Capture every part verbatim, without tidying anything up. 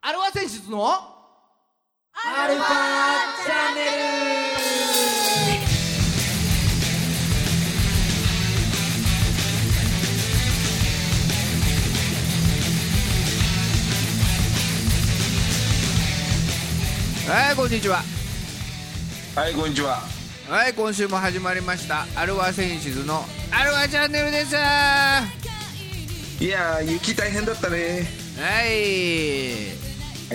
アルファ選出のアルファチャンネル。 はい、こんにちは。 はいこんにちは。 はい、今週も始まりましたアルファ選出のアルファチャンネルです。 いやー雪大変だったね。 はい、 はい。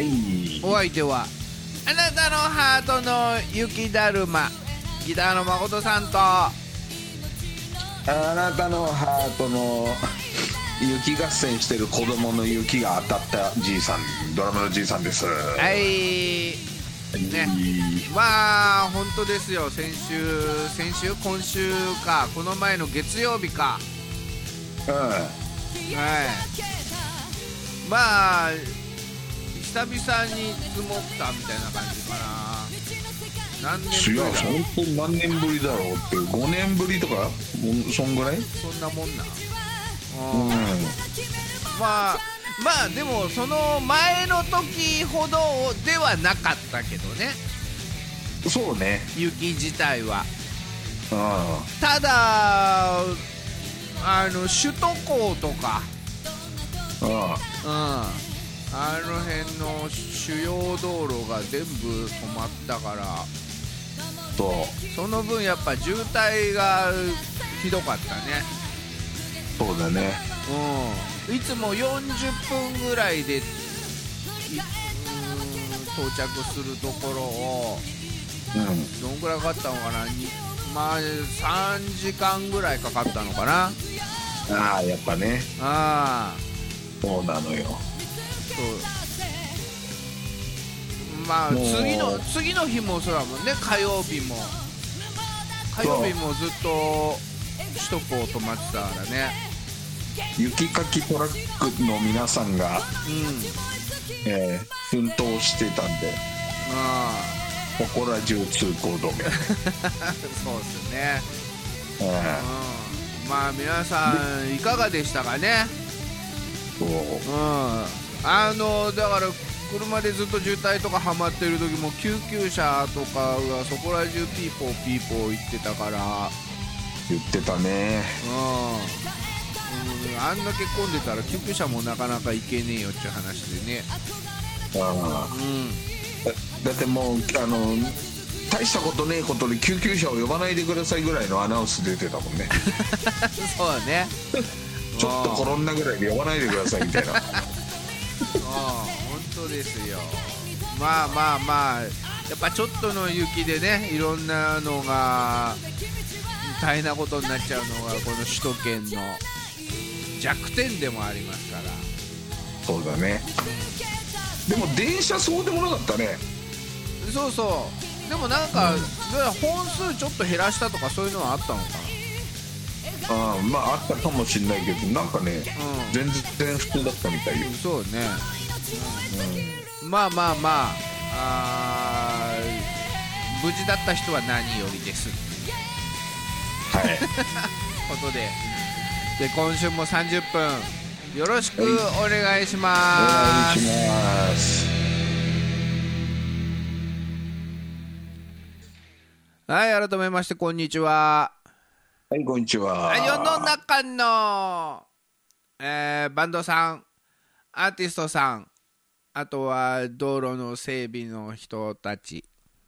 お相手はあなたのハートの雪だるまギターの誠さんと、 あなたのハートの雪合戦してる子供の雪が当たったじいさん、ドラムのじいさんです。 はいね、まあ本当ですよ。先週先週今週か、この前の月曜日か、 うん、 はい、まあ久々に積もったみたいな感じかな。何年ぶりだろう。 いや本当に何年ぶりだろうって、ごねんぶりとかそんぐらい、 そんなもんな。 うん、 まあまあでもその前の時ほどではなかったけどね、 そうね、 雪自体は。 うただあの首都高とか、 んうん、 うん、あの辺の主要道路が全部止まったから、 そうその分やっぱ渋滞がひどかったね。 そうだね。 うん、いつもよんじゅっぷんぐらいでい、うん、到着するところを、 うん、 どんぐらいかかったのかな、にまあさんじかんぐらいかかったのかな。 ああやっぱね、 ああそうなのよ。 そうまあもう次の次の日もそうだもんね。火曜日も火曜日もずっと首都高止まってたからね。 雪かきトラックの皆さんが、 うん、 えー、奮闘してたんで、 あここら中通行止め。 そうですね。 ううん、まあ皆さんいかがでしたかね。 ん、そううん、あのだから車でずっと渋滞とかハマってる時も救急車とかがそこら中ピーポーピーポー言ってたから、 言ってたね。 うん、うん、あんだけ混んでたら救急車もなかなか行けねえよっていう話でね。 あうんだ, だってもうあの大したことねえことで救急車を呼ばないでくださいぐらいのアナウンス出てたもんね。 そうだね。 ちょっと転んだぐらいで呼ばないでくださいみたいな。 ああ本当ですよ。まあまあまあやっぱちょっとの雪でね、いろんなのが大変なことになっちゃうのがこの首都圏の弱点でもありますから。 そうだね。でも電車そうでもなかったね。 そうそう。でもなんか、うん、本数ちょっと減らしたとかそういうのはあったのかな。 あまああったかもしれないけど、なんかね、うん、全然普通だったみたいよ。 そうね、うん、まあまあまあ、あ無事だった人は何よりですはいことで、で今週もさんじゅっぷんよろしくお願いします。 お願いします。 はい、改めましてこんにちは。 はいこんにちは。 世の中の、えー、バンドさん、アーティストさん、あとは道路の整備の人たち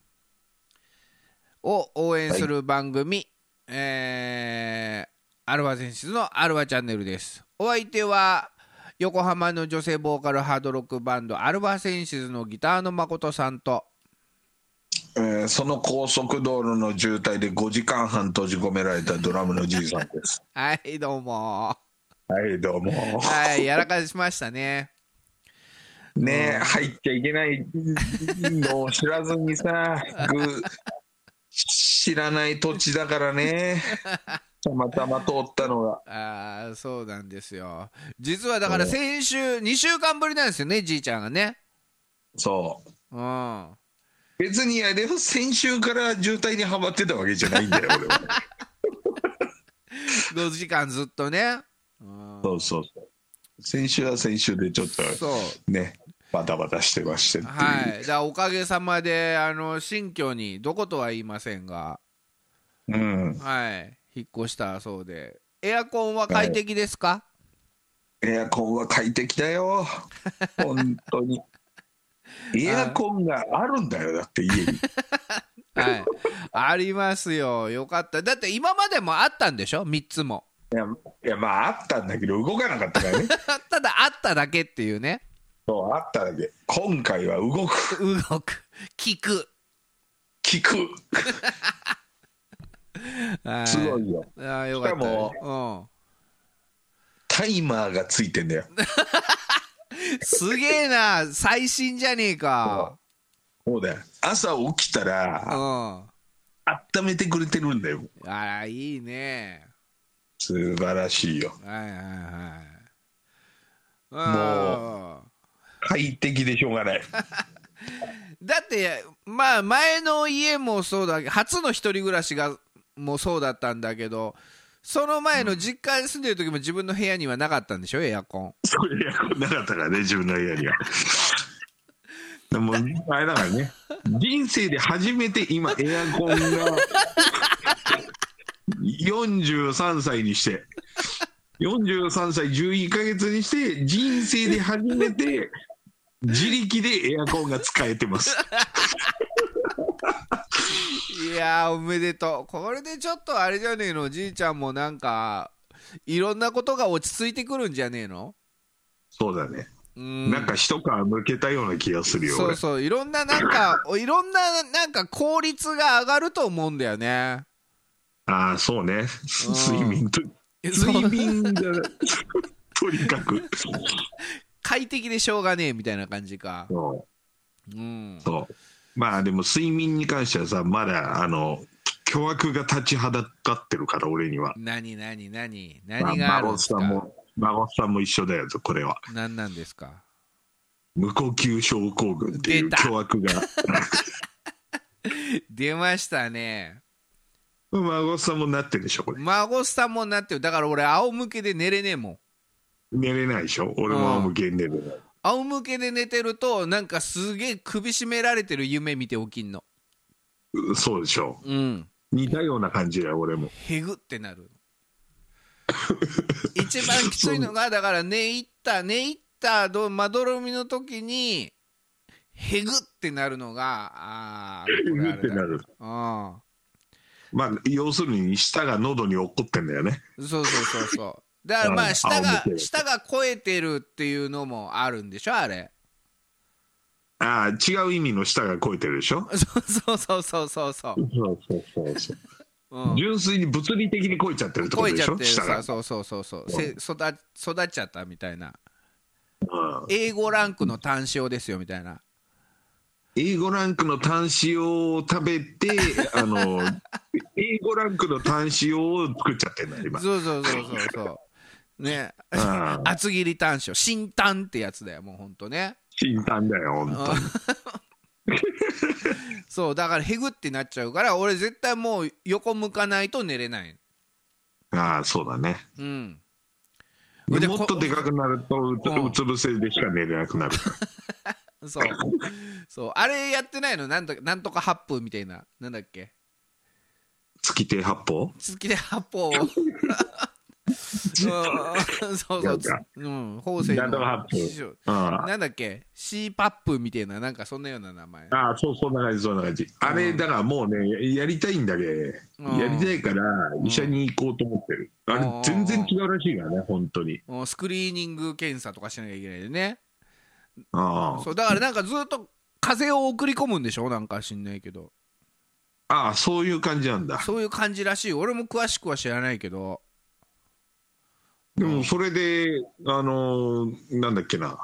を応援する番組、はい、えー、アルファ選出のアルファチャンネルです。お相手は横浜の女性ボーカルハードロックバンドアルファ選出のギターの誠さんと、 えー、その高速道路の渋滞でごじかんはん閉じ込められたドラムのじいさんです。 はいどうも。 はいどうも。 はいやらかしましたね。 ねえ、入っちゃいけないのを知らずにさ知らない土地だからねたまたま通ったのが。 ああそうなんですよ。実はだから先週にしゅうかんぶりなんですよね、じいちゃんがね。 そう、 うん、 別にあれは先週から渋滞にはまってたわけじゃないんだよ俺はごじかんずっとね、 うん、そうそうそう、先週は先週でちょっとねバタバタしてましてっていう、 はい、だからおかげさまであの新居にどことは言いませんが、 うん、 はい、引っ越したそうで、エアコンは快適ですか？ エアコンは快適だよ本当に。エアコンがあるんだよ、だって家にはい、ありますよ。よかった。だって今までもあったんでしょ、みっつも。 いや、いやまああったんだけど動かなかったからねただあっただけっていうね。 そうあっただけ。今回は動く動く、聞く聞くはい、 すごいよ。 あ、よかった。 しかも、 うん、 タイマーがついてんだよすげえな、最新じゃねえか。 そうだよ、朝起きたうらん、 温めてくれてるんだよ。 あら、いいね。 素晴らしいよ。 はいはいはい。 もう快適でしょうがないだってまあ前の家もそうだけど、初の一人暮らしがもうそうだったんだけど、その前の実家に住んでる時も自分の部屋にはなかったんでしょ、エアコン。 そうエアコンなかったからね、自分の部屋にはでもあれだからね、人生で初めて今エアコンがよんじゅうさんさいにしてよんじゅうさんさいじゅういっかげつにして人生で初めて自力でエアコンが使えてますいやー、おめでとう。これでちょっとあれじゃねえの、じいちゃんもなんかいろんなことが落ち着いてくるんじゃねえの。 そうだね、 うん、 なんか一皮むけたような気がするよ。 そうそう、いろんななんかいろんななんか効率が上がると思うんだよね。 ああそうね、睡眠と睡眠がとにかく快適でしょうがねえみたいな感じか。 そう、 うん、 そうまあでも睡眠に関してはさ、まだあの巨悪が立ちはだかってるから俺には。 何何何何があるんですか。 孫さんも孫さんも一緒だよ、これは。 何なんですか。 無呼吸症候群っていう巨悪が出ましたね。 孫さんもなってるでしょこれ。 孫さんもなってる。だから俺仰向けで寝れねえもん。 寝れないでしょ、俺も仰向けで寝れない、うん、 仰向けで寝てるとなんかすげえ首絞められてる夢見て起きんの。 そうでしょ、 うん、 似たような感じだよ俺も。 へぐってなる一番きついのがだから寝入った寝入ったまどろみの時にへぐってなるのが、あーへぐってなる。 あ、 まあ要するに舌が喉に落っこってんだよね。 そうそうそうそう。だからまあ舌が舌が超えてるっていうのもあるんでしょあれ。 ああ違う意味の舌が超えてるでしょ。 そうそうそうそうそうそうそうそうそうそう、うん、純粋に物理的に超えちゃってるってことでしょ。 超えちゃってる、そうそうそうそう、うん、せ育育っちゃったみたいな、うん、エーご ランクのタン塩ですよみたいな。 エーご ランクのタン塩を食べてあのエーご ランクのタン塩を作っちゃってるんだ今。 そうそうそうそうそうね、厚切りタン塩新タンってやつだよもうほんとね。 新タンだよ本当にそうだからへぐってなっちゃうから俺絶対もう横向かないと寝れない。 ああそうだね、うん、でもっとでかくなるとうつ伏せでしか寝れなくなるそうそうあれやってないの、なんとなんとか八風みたいな、なんだっけ、 月亭八方月亭八方そうそう、うん、法政の師匠なんだっけ、シーパップみたいな、なんかそんなような名前。 ああそうそんな感じそんな感じ、うん、あれだからもうねやりたいんだけど、うん、やりたいから医者に行こうと思ってる、うん、あれ全然違うらしいからね本当に。 スクリーニング検査とかしなきゃいけないでね。 ああそうだからなんかずっと風を送り込むんでしょ、なんか知んないけど。 ああそういう感じなんだ。 そういう感じらしい。俺も詳しくは知らないけど。 でもそれであのー、なんだっけな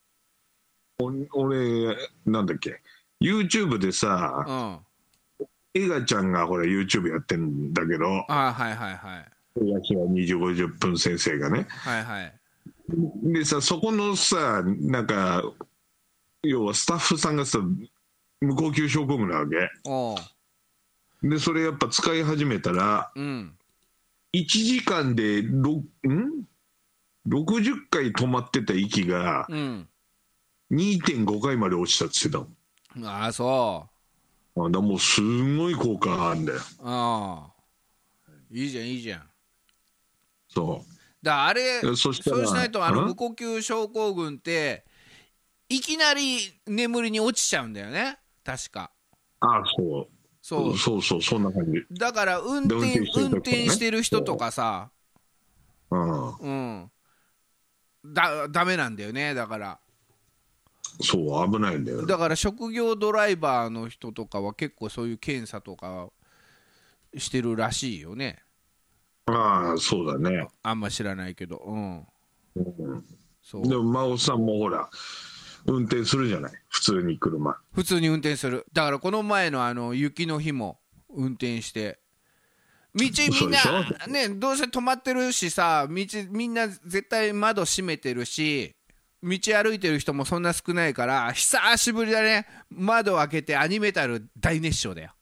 俺なんだっけ YouTube でさ、うん、エガちゃんがほら YouTube やってんだけど、 あはいはいはい、 東はにじごじゅっぷん先生がね、はいはい、でさそこのさなんか要はスタッフさんがさ無呼吸症候群なわけ。おでそれやっぱ使い始めたら、うんいちじかんでろんろくじゅっかい止まってた息が、うん、 にてんご 回まで落ちたって言ってたもん。 ああそうあだもうすごい効果あるんだよ。 ああいいじゃんいいじゃん。 そうだあれそしたらそうしないとあの無呼吸症候群っていきなり眠りに落ちちゃうんだよね確か。 ああそうそうそうそうそんな感じだから運転運転してる人とかさうんうんだダメなんだよね。だからそう危ないんだよ。 だから職業ドライバーの人とかは結構そういう検査とかしてるらしいよね。 ああそうだね。 あんま知らないけど、うん、 うん、 そうでも真央さんもほら運転するじゃない普通に車。 普通に運転する。だからこの前のあの雪の日も運転して道みんなねどうせ止まってるしさ道みんな絶対窓閉めてるし道歩いてる人もそんな少ないから久しぶりだね窓開けてアニメタル大熱唱だよ。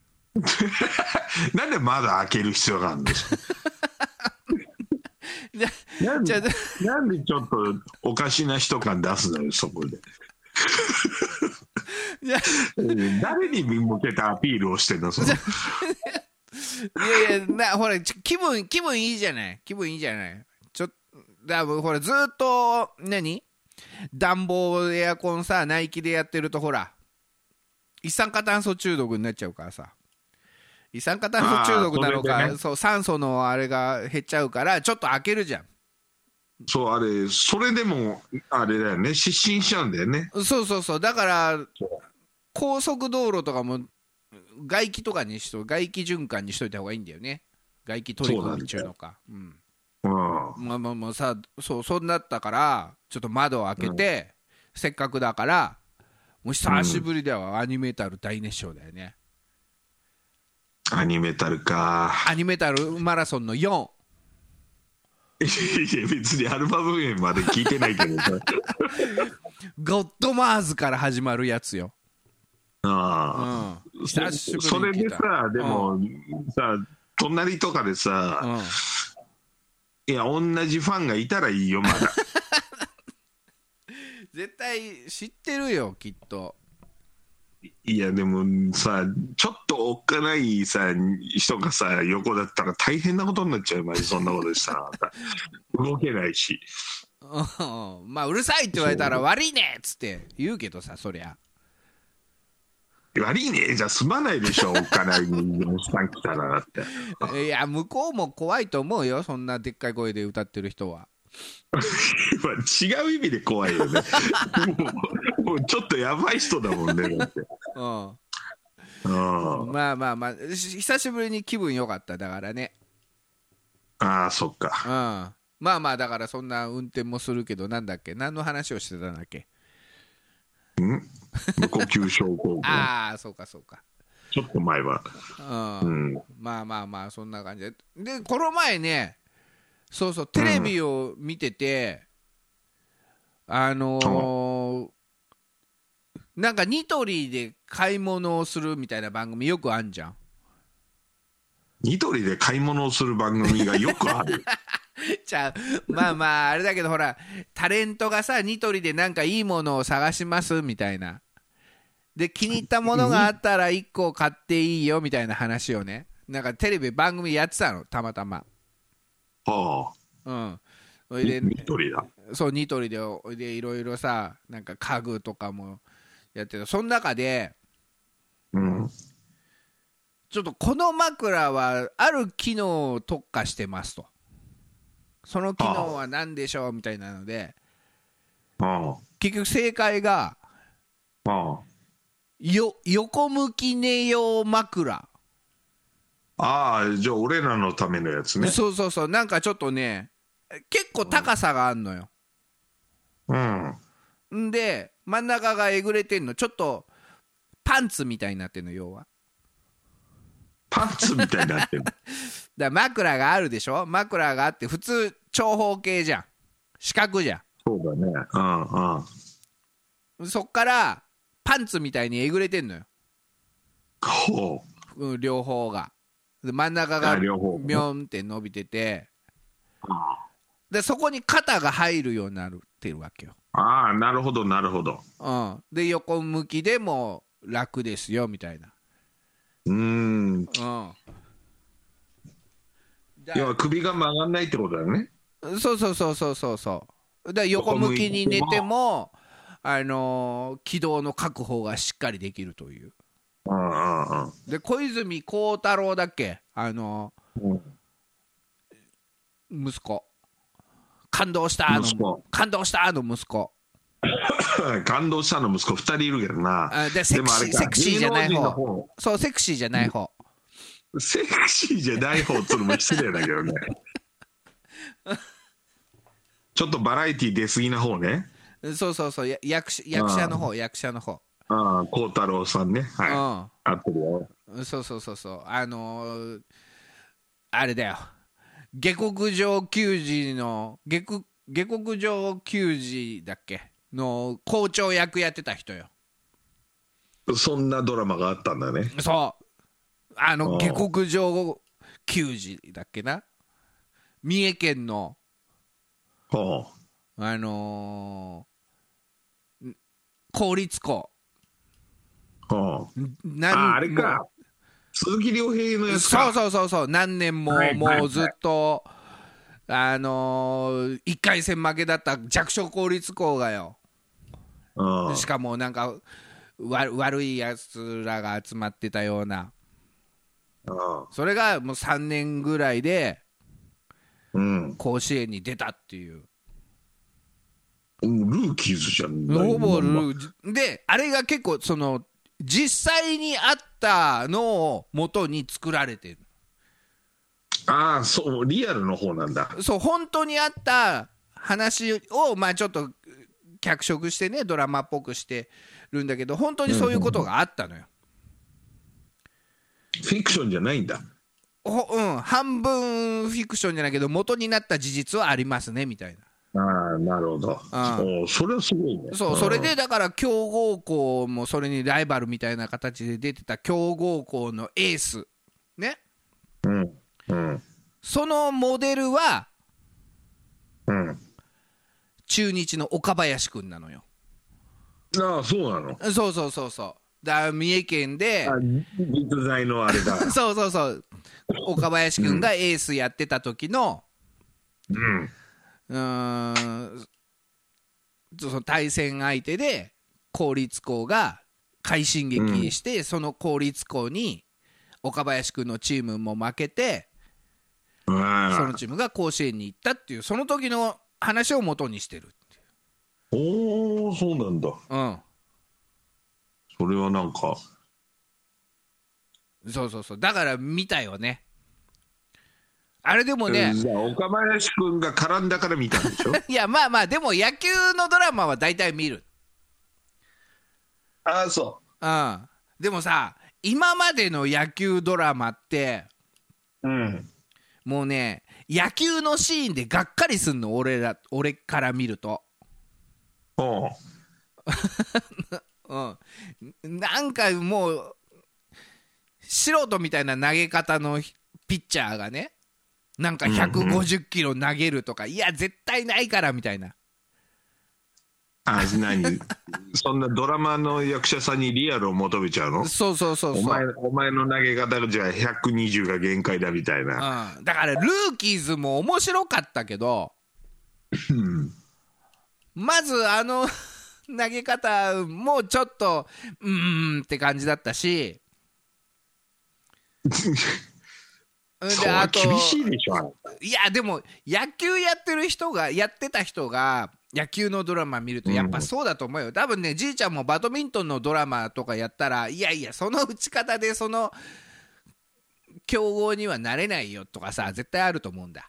なんで窓開ける必要があるんですかなんでなんでちょっとおかしな人感出すのよそこで誰に向けたアピールをしてんのそのいやいやなほら気分気分いいじゃない気分いいじゃないちょっだほらずっと何暖房エアコンさ内気でやってるとほら一酸化炭素中毒になっちゃうからさ一酸化炭素中毒なのか、ね、そう酸素のあれが減っちゃうからちょっと開けるじゃん。 そうあれそれでもあれだよね失神しちゃうんだよね。 そうそうそうだから高速道路とかも外気とかにしと外気循環にしといた方がいいんだよね。外気取り込みっていうのかう、んうん、まあまあまあさそうそうなったからちょっと窓を開けて、うん、せっかくだからもう久しぶりではアニメタル大熱唱だよね、 うん、アニメタルかアニメタルマラソンのよんいや別にアルバム名まで聞いてないけどさゴッドマーズから始まるやつよ。 ああ、うん、久しぶりにそれでさでも、うん、さ隣とかでさ、うん、いや同じファンがいたらいいよまだ絶対知ってるよきっと。 いやでもさちょっとおっかないさ人がさ横だったら大変なことになっちゃうまじそんなことしたら動けないしまあうるさいって言われたら悪いねっつって言うけどさそりゃ悪いねじゃ済まないでしょおっかないおっさん来たらだっていや向こうも怖いと思うよそんなでっかい声で歌ってる人は違う意味で怖いよねもう、もうちょっとやばい人だもんねだって、うん、 うんまあまあまあ久しぶりに気分良かっただからね。 ああそっか、 うん、まあまあだからそんな運転もするけどなんだっけ何の話をしてたんだっけん無呼吸症候群ああそうかそうかちょっと前は、 うんうん、まあまあまあそんな感じででこの前ねそうそうテレビを見てて、うん、あのー、なんかニトリで買い物をするみたいな番組よくあんじゃん。 ニトリで買い物をする番組がよくあるじゃあまあまああれだけどほらタレントがさニトリでなんかいいものを探しますみたいなで気に入ったものがあったらいっこ買っていいよみたいな話をねなんかテレビ番組やってたのたまたま。 はあ、うん、 それでニトリだそうニトリででいろいろさなんか家具とかもやってたその中で、 うん、 ちょっとこの枕はある機能を特化してますとその機能は何でしょうみたいなのでああ結局正解がああよ横向き寝用枕。 ああじゃあ俺らのためのやつね。 そうそうそうなんかちょっとね結構高さがあんのよ。うんんで真ん中がえぐれてんのちょっとパンツみたいになってんの要はパンツみたいになってんのだ枕があるでしょ枕があって普通長方形じゃん四角じゃん。 そうだねうんうんそっからパンツみたいにえぐれてんのよほう、 うん、両方がで真ん中がミョンって伸びててでそこに肩が入るようになってるわけよ。 ああ、なるほどなるほど。 うん、で横向きでも楽ですよみたいな。 うーん、うん、要は首が曲がんないってことだよね。 そうそうそうそうそうそう。だ横向きに寝ても、あのー、軌道の確保がしっかりできるという。 うんうん、 で小泉孝太郎だっけ、あのーうん、息子感動したあの感動したあの息子感動したの息子ふたりいるけどな。 あでセクシーセクシーじゃない方。そうセクシーじゃない方。 セクシーじゃない方っつうのも失礼だけどねちょっとバラエティ出過ぎな方ね。 そうそうそう、や役者役者の方役者の方。 ああ、孝太郎さんね。はい、うん、合ってるよ。 そうそうそうそう、あのー、あれだよ、下克上球児の下克下克上球児だっけの校長役やってた人よ。 そんなドラマがあったんだね。 そう、あの下克上球児だっけな、三重県のあのー、公立校。 ああ、あれか、鈴木亮平のやつか。 そうそうそうそう、何年も、はい、もうずっと、あのー、いっかい戦負けだった弱小公立校がよ。しかもなんかわ悪いやつらが集まってたような。それがもうさんねんぐらいで甲子園に出たっていう。 ルーキーズじゃん。 ほぼルーで、あれが結構その実際にあったのを元に作られてる。 ああ、そうリアルの方なんだ。 そう本当にあった話をまあちょっと脚色してね、ドラマっぽくしてるんだけど、本当にそういうことがあったのよ。 フィクションじゃないんだ。 お、うん、半分フィクションじゃないけど元になった事実はありますねみたいな。 ああ、なるほど。うん、おそれはすごいね。 そう、それでだから強豪校もそれにライバルみたいな形で出てた強豪校のエースね、 うんうん、 そのモデルは、 うん、 中日の岡林くんなのよ。 ああ、そうなの。 そうそうそうそう。だ三重県で実在のあれだそうそうそう、岡林くんがエースやってた時の、うん、うーん、その対戦相手で公立校が快進撃して、うん、その公立校に岡林くんのチームも負けて、そのチームが甲子園に行ったっていう、その時の話を元にしてるっていう。 おー、そうなんだ。 うん、 それはなんかそうそうそう、だから見たよねあれ。でもね、 岡林くんが絡んだから見たんでしょいやまあまあ、でも野球のドラマは大体見る。 ああ、そう。 うん。でもさ、今までの野球ドラマって、うん、もうね、野球のシーンでがっかりすんの、俺ら俺から見ると。 おううん、なんかもう素人みたいな投げ方のピッチャーがね、なんかひゃくごじゅっキロ投げるとか、うんうん、いや絶対ないからみたいな。 あ、何そんなドラマの役者さんにリアルを求めちゃうの？ そうそうそうそう。 お前、お前の投げ方じゃひゃくにじゅうが限界だみたいな、 うん、だからルーキーズも面白かったけどまずあの投げ方もちょっとうーんって感じだったしで、あと厳しいでしょ。 いやでも野球やってる人がやってた人が野球のドラマ見るとやっぱそうだと思うよ、うん、多分ね、じいちゃんもバドミントンのドラマとかやったら、いやいやその打ち方でその強豪にはなれないよとかさ、絶対あると思うんだ。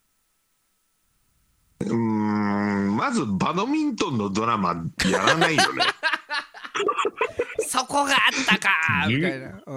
うーん、まずバドミントンのドラマやらないよねそこがあったかみたいな、うん、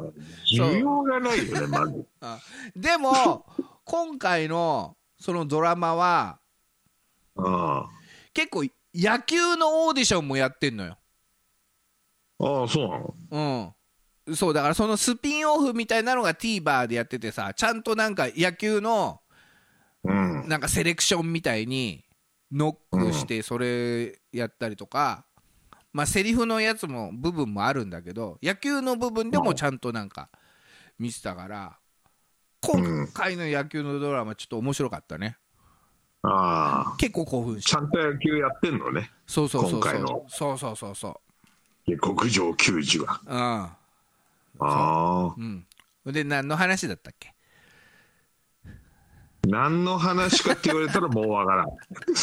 需要がないよねまずでも今回のそのドラマはあ結構野球のオーディションもやってんのよ。 ああ、そうなの。 うん、そうだからそのスピンオフみたいなのが TVer でやっててさ、ちゃんとなんか野球のなんかセレクションみたいにノックしてそれやったりとか、まあセリフのやつも部分もあるんだけど、野球の部分でもちゃんとなんか見てたから、今回の野球のドラマちょっと面白かったね。 ああ、 結構興奮して。 ちゃんと野球やってんのね。 そうそうそうそう。 今回のそうそうそうそう。 極上球児は。 うん。 ああ。 うん。で何の話だったっけ？ 何の話かって言われたらもうわからん。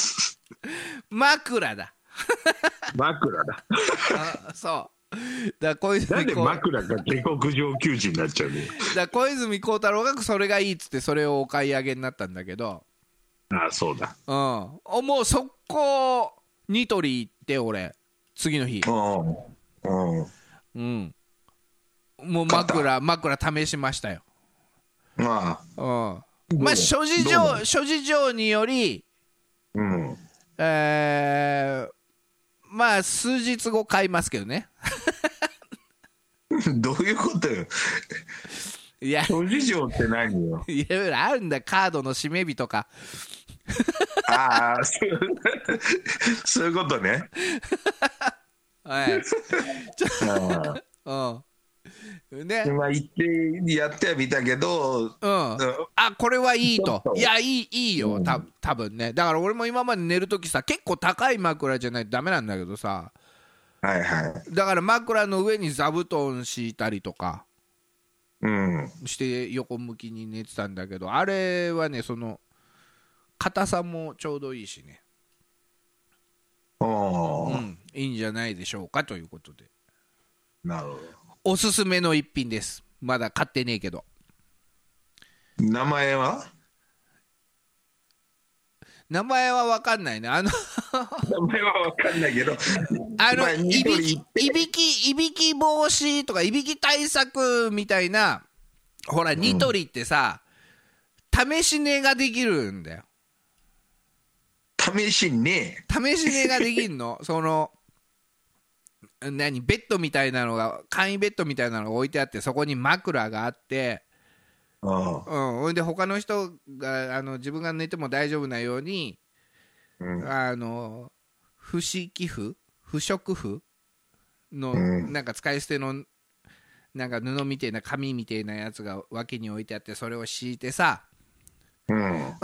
枕だ。 枕だ。 あ、そう。だ小泉なんで枕が下克上球児になっちゃうのよ。 だ小泉孝太郎がそれがいいっつってそれをお買い上げになったんだけど。 ああ、そうだ。 うん。もう速攻ニトリ行って俺次の日。 うん。うん。 うん。もう枕枕試しましたよ。 まあ。うん。まあ諸事情諸事情により。 うん。 えー、まあ数日後買いますけどね。 どういうことよ。 いや、 諸事情って何よ。 いろいろあるんだ、カードの締め日とか。 ああ、そうそういうことね。 はい。ちょうん。ね。 今言ってやってはみたけど、 うん。あ、これはいいと。いや、いい、いいよ、た多分ね。だから俺も今まで寝るときさ、結構高い枕じゃないとダメなんだけどさ。 はいはい。 だから枕の上に座布団敷いたりとか。 うん。 して横向きに寝てたんだけど、あれはね、その硬さもちょうどいいしね。 ああ、 うん、いいんじゃないでしょうかということで。 なるほど。 おすすめの一品です。まだ買ってねえけど。 名前は？ 名前は分かんないね。あの名前は分かんないけど、 あのいびきいびきいびき防止とかいびき対策みたいな、ほらニトリってさ、うん、試し寝ができるんだよ。 試し寝試し寝ができんの。その何ベッドみたいなのが簡易ベッドみたいなのが置いてあって、そこに枕があって、 ああ、 うん、で他の人があの自分が寝ても大丈夫なように、うん、あの不織布不織布の、うん、なんか使い捨てのなんか布みたいな紙みたいなやつが脇に置いてあって、それを敷いてさ、うん、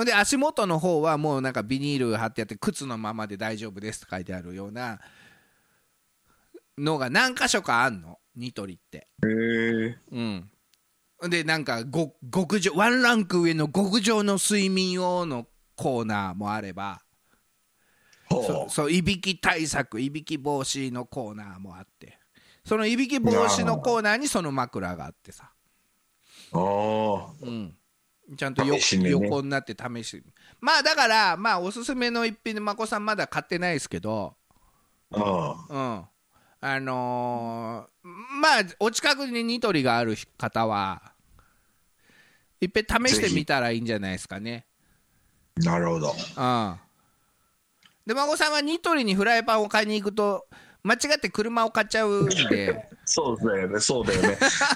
で足元の方はもうなんかビニール貼ってあって、靴のままで大丈夫ですって書いてあるようなのが何箇所かあんの、ニトリって。へー、うん。でなんかご極上ワンランク上の極上の睡眠用のコーナーもあれば、そそういびき対策いびき防止のコーナーもあって、そのいびき防止のコーナーにその枕があってさ、あ、うん、ちゃんとよ、ね、横になって試して、まあだからまあおすすめの一品で、まこさんまだ買ってないですけど、ああ、うん、あのー、まあお近くにニトリがある方はいっぺん試してみたらいいんじゃないですかね。 なるほど。 ああ、で孫さんはニトリにフライパンを買いに行くと間違って車を買っちゃうんでそうだよね、そうだよね。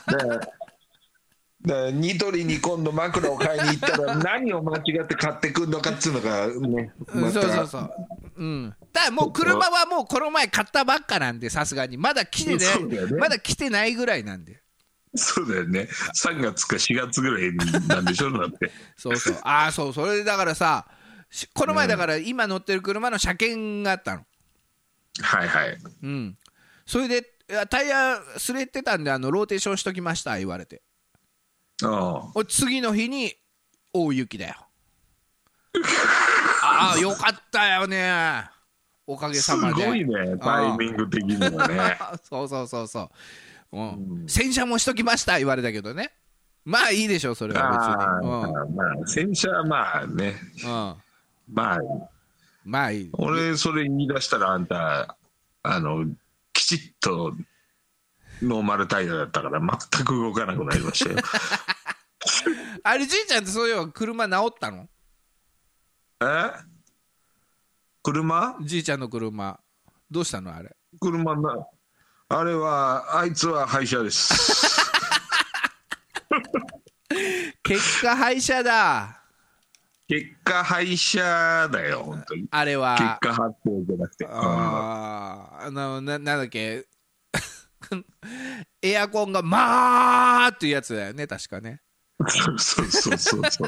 でニトリに今度枕を買いに行ったら何を間違って買ってくるのかっつうのがね、ま、 そうそうそう、うん、ただもう車はもうこの前買ったばっかなんで、さすがにまだ来てない、ね、まだ来てないぐらいなんで。 そうだよね、さんがつかしがつぐらいなんでしょだってそうそう、ああそう、それでだからさ、この前だから今乗ってる車の車検があったの、 うん、はいはい、 うん、それでタイヤすれてたんで、あのローテーションしときました言われて、ああ、次の日に大雪だよああよかったよね、おかげさまで。 すごいね、タイミング的にはねそうそうそうそう、うん、洗車もしときました言われたけどね、まあいいでしょそれは別に、 あ、うん、まあ洗車はまあね、うん、まあまあいい。 俺それ言い出したらあんたあのきちっとノーマルタイヤだったから全く動かなくなりましたよあれじいちゃんってそういえば車直ったの？ え？車？ じいちゃんの車どうしたのあれ？ 車な、あれはあいつは廃車です結果廃車だ。 結果敗者だよ本当に。 あれは結果発表じゃなくて。 ああの な, なんだっけエアコンがまーっていうやつだよね確かね。 そうそうそうそうそう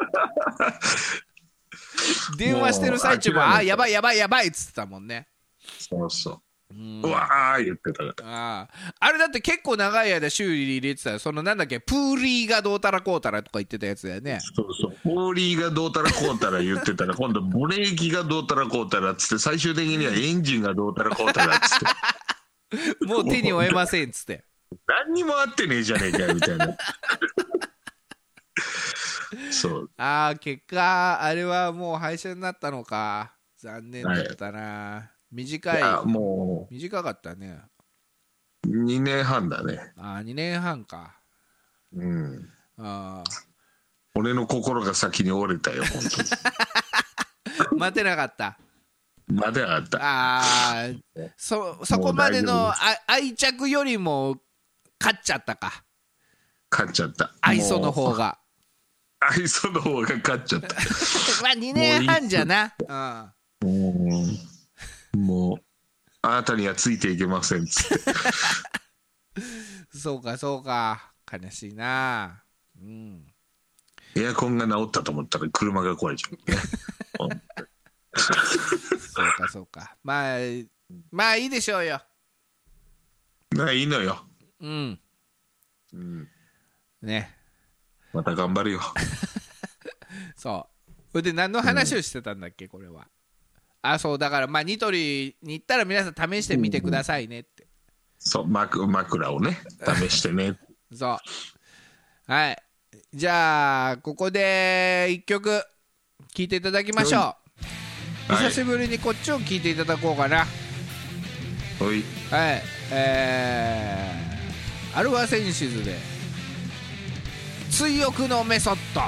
電話してる最中もあーやばいやばいやばいっつってたもんね。 そうそう、うん、 うわー言ってたから。 ああれだって結構長い間修理入れてたよ。そのなんだっけプーリーがどうたらこうたらとか言ってたやつだよね。 そうそうプーリーがどうたらこうたら言ってたら今度ブレーキがどうたらこうたらっつって最終的にはエンジンがどうたらこうたらっつってもう手に負えませんっつって何にも合ってねえじゃねえかよみたいなそうああ結果あれはもう廃車になったのか。残念だったな、はい、短い、いもう短かったね。 にねんはんだね。 ああにねんはんか。 うんあ俺の心が先に折れたよ本当に待てなかった待てなかった。 ああ そ, そこまでのあ愛着よりも勝っちゃったか。 勝っちゃった愛想の方が愛想の方が勝っちゃったまあにねんはんじゃな。 うん、もうあなたにはついていけませんっつってそうかそうか悲しいな、うん、 エアコンが直ったと思ったら車が壊れちゃうねそうかそうかまあまあいいでしょうよ。 まあいいのよ。 うん、うん、ねまた頑張るよそうそれで何の話をしてたんだっけ、うん、これは。あそうだからまあニトリに行ったら皆さん試してみてくださいねって、うん、 そう枕をね試してねそうはいじゃあここでいっきょく聴いていただきましょう、はい、久しぶりにこっちを聴いていただこうかな。 はいはいえー、アルファセンシズで追憶のメソッド。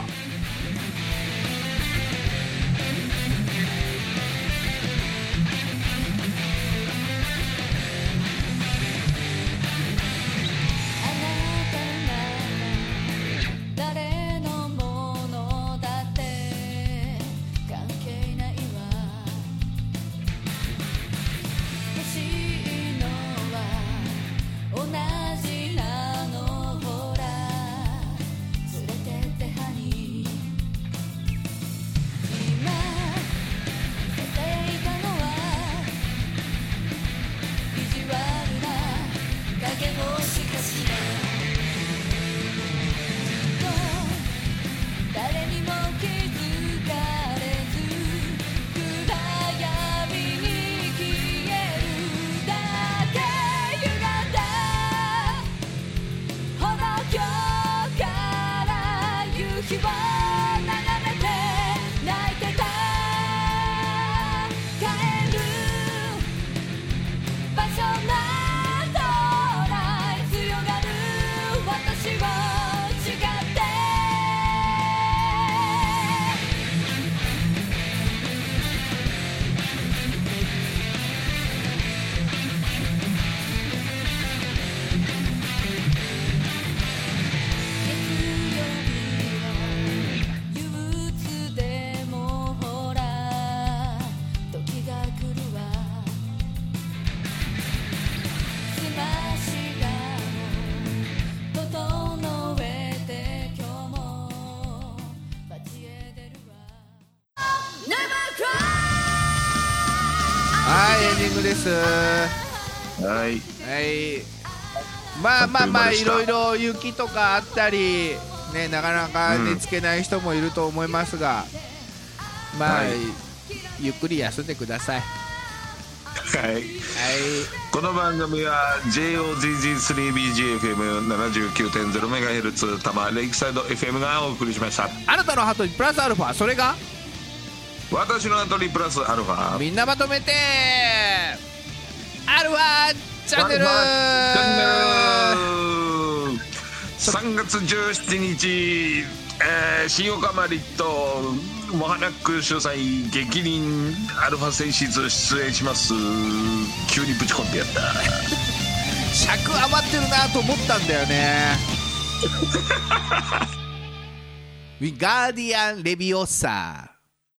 ですはい、 はい、まあまあまあいろいろ雪とかあったり、ね、なかなか寝つけない人もいると思いますが、うん、まあ、はい、ゆっくり休んでください。 はい、はい、この番組は ジェイオージージースリービージーエフエムななじゅうきゅうてんゼロメガヘルツ 多摩レイクサイド エフエム がお送りしました。 あなたのハートにプラスアルファ、それが私のハートにプラスアルファ、 みんなまとめてアルファチャンネルさんがつじゅうしちにち、えー、新岡マリットモハナック主催激鱗アルファセンシズ出演します。急にぶち込んでやった尺余ってるなと思ったんだよねウィガーディアン・レビオッサ